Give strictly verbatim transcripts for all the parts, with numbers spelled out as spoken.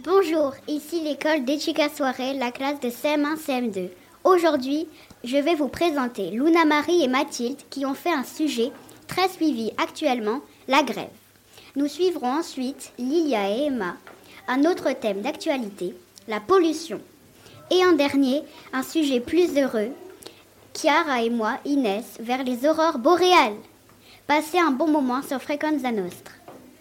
Bonjour, ici l'école d'Echika Soirée, la classe de C M un C M deux. Aujourd'hui, je vais vous présenter Luna Marie et Mathilde qui ont fait un sujet très suivi actuellement, la grève. Nous suivrons ensuite Lilia et Emma, un autre thème d'actualité, la pollution. Et en dernier, un sujet plus heureux, Chiara et moi, Inès, vers les aurores boréales. Passez un bon moment sur Frequenza Nostra.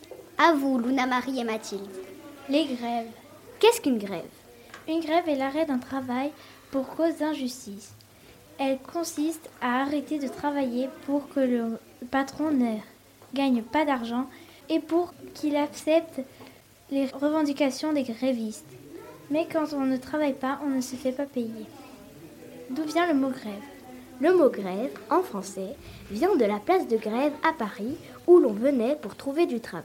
À vous, Luna Marie et Mathilde. Les grèves. Qu'est-ce qu'une grève ? Une grève est l'arrêt d'un travail pour cause d'injustice. Elle consiste à arrêter de travailler pour que le patron ne gagne pas d'argent et pour qu'il accepte les revendications des grévistes. Mais quand on ne travaille pas, on ne se fait pas payer. D'où vient le mot grève ? Le mot grève, en français, vient de la place de Grève à Paris où l'on venait pour trouver du travail.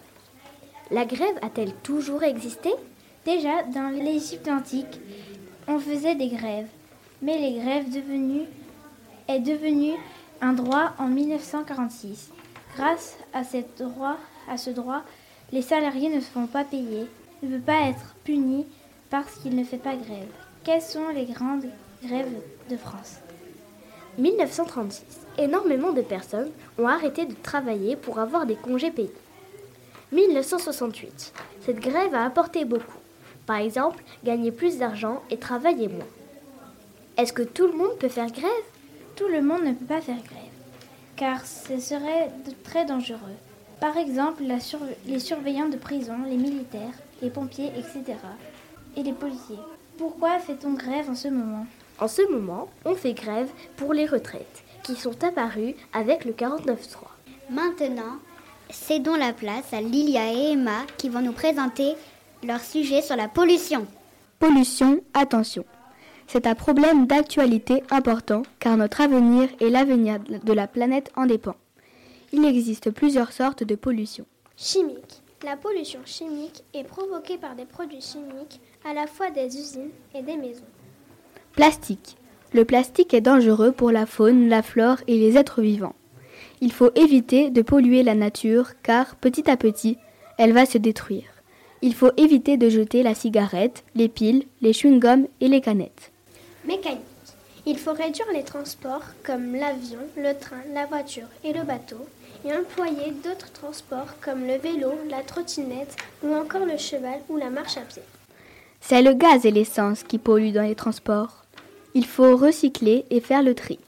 La grève a-t-elle toujours existé ? Déjà, dans l'Égypte antique, on faisait des grèves. Mais les grèves devenues, est devenu un droit en dix-neuf cent quarante-six. Grâce à, cette droit, à ce droit, les salariés ne se font pas payer, ne peuvent pas être punis parce qu'ils ne font pas grève. Quelles sont les grandes grèves de France ? dix-neuf cent trente-six. Énormément de personnes ont arrêté de travailler pour avoir des congés payés. dix-neuf cent soixante-huit. Cette grève a apporté beaucoup. Par exemple, gagner plus d'argent et travailler moins. Est-ce que tout le monde peut faire grève ? Tout le monde ne peut pas faire grève, car ce serait très dangereux. Par exemple, la sur- les surveillants de prison, les militaires, les pompiers, et cetera. Et les policiers. Pourquoi fait-on grève en ce moment ? En ce moment, on fait grève pour les retraites, qui sont apparues avec le quarante-neuf trois. Maintenant, cédons la place à Lilia et Emma qui vont nous présenter leur sujet sur la pollution. Pollution, attention. C'est un problème d'actualité important car notre avenir et l'avenir de la planète en dépend. Il existe plusieurs sortes de pollution. Chimique. La pollution chimique est provoquée par des produits chimiques, à la fois des usines et des maisons. Plastique. Le plastique est dangereux pour la faune, la flore et les êtres vivants. Il faut éviter de polluer la nature car petit à petit, elle va se détruire. Il faut éviter de jeter la cigarette, les piles, les chewing-gums et les canettes. Mécanique. Il faut réduire les transports comme l'avion, le train, la voiture et le bateau et employer d'autres transports comme le vélo, la trottinette ou encore le cheval ou la marche à pied. C'est le gaz et l'essence qui polluent dans les transports. Il faut recycler et faire le tri.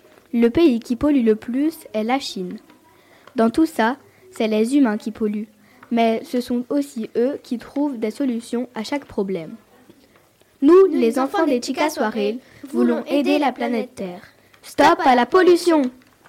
Le pays qui pollue le plus est la Chine. Dans tout ça, c'est les humains qui polluent, mais ce sont aussi eux qui trouvent des solutions à chaque problème. Nous, Nous les enfants des Chika Soirée, voulons aider la planète Terre. Stop à la pollution!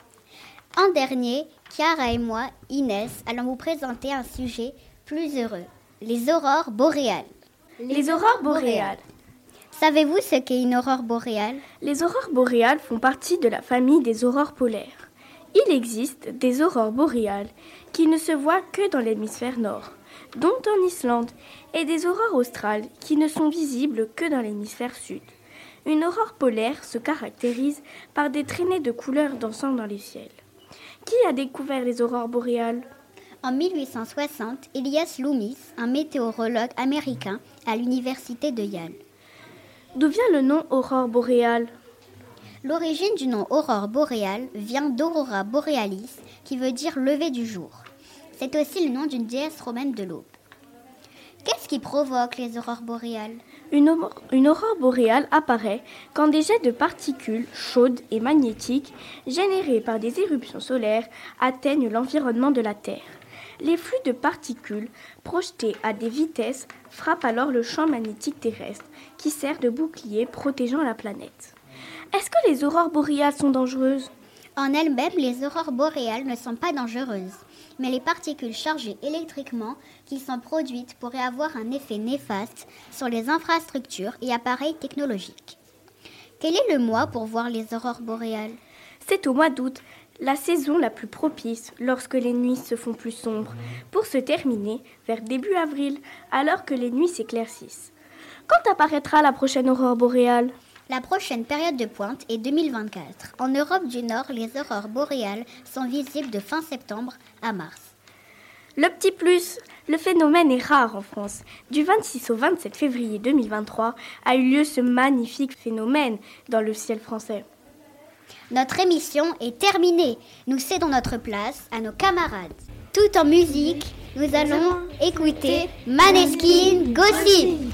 En dernier, Chiara et moi, Inès, allons vous présenter un sujet plus heureux, les aurores boréales. Les aurores boréales. Savez-vous ce qu'est une aurore boréale ? Les aurores boréales font partie de la famille des aurores polaires. Il existe des aurores boréales qui ne se voient que dans l'hémisphère nord, dont en Islande, et des aurores australes qui ne sont visibles que dans l'hémisphère sud. Une aurore polaire se caractérise par des traînées de couleurs dansant dans le ciel. Qui a découvert les aurores boréales ? En mille huit cent soixante, Elias Loomis, un météorologue américain à l'université de Yale. D'où vient le nom aurore boréale ? L'origine du nom aurore boréale vient d'Aurora borealis, qui veut dire lever du jour. C'est aussi le nom d'une déesse romaine de l'aube. Qu'est-ce qui provoque les aurores boréales ? Une, aur- une aurore boréale apparaît quand des jets de particules chaudes et magnétiques générés par des éruptions solaires atteignent l'environnement de la Terre. Les flux de particules projetés à des vitesses frappent alors le champ magnétique terrestre qui sert de bouclier protégeant la planète. Est-ce que les aurores boréales sont dangereuses ? En elles-mêmes, les aurores boréales ne sont pas dangereuses, mais les particules chargées électriquement qui sont produites pourraient avoir un effet néfaste sur les infrastructures et appareils technologiques. Quel est le mois pour voir les aurores boréales ? C'est au mois d'août, la saison la plus propice lorsque les nuits se font plus sombres, pour se terminer vers début avril, alors que les nuits s'éclaircissent. Quand apparaîtra la prochaine aurore boréale ? La prochaine période de pointe est deux mille vingt-quatre. En Europe du Nord, les aurores boréales sont visibles de fin septembre à mars. Le petit plus, le phénomène est rare en France. Du vingt-six au vingt-sept février deux mille vingt-trois a eu lieu ce magnifique phénomène dans le ciel français. Notre émission est terminée. Nous cédons notre place à nos camarades. Tout en musique, nous allons écouter Maneskin Gossip.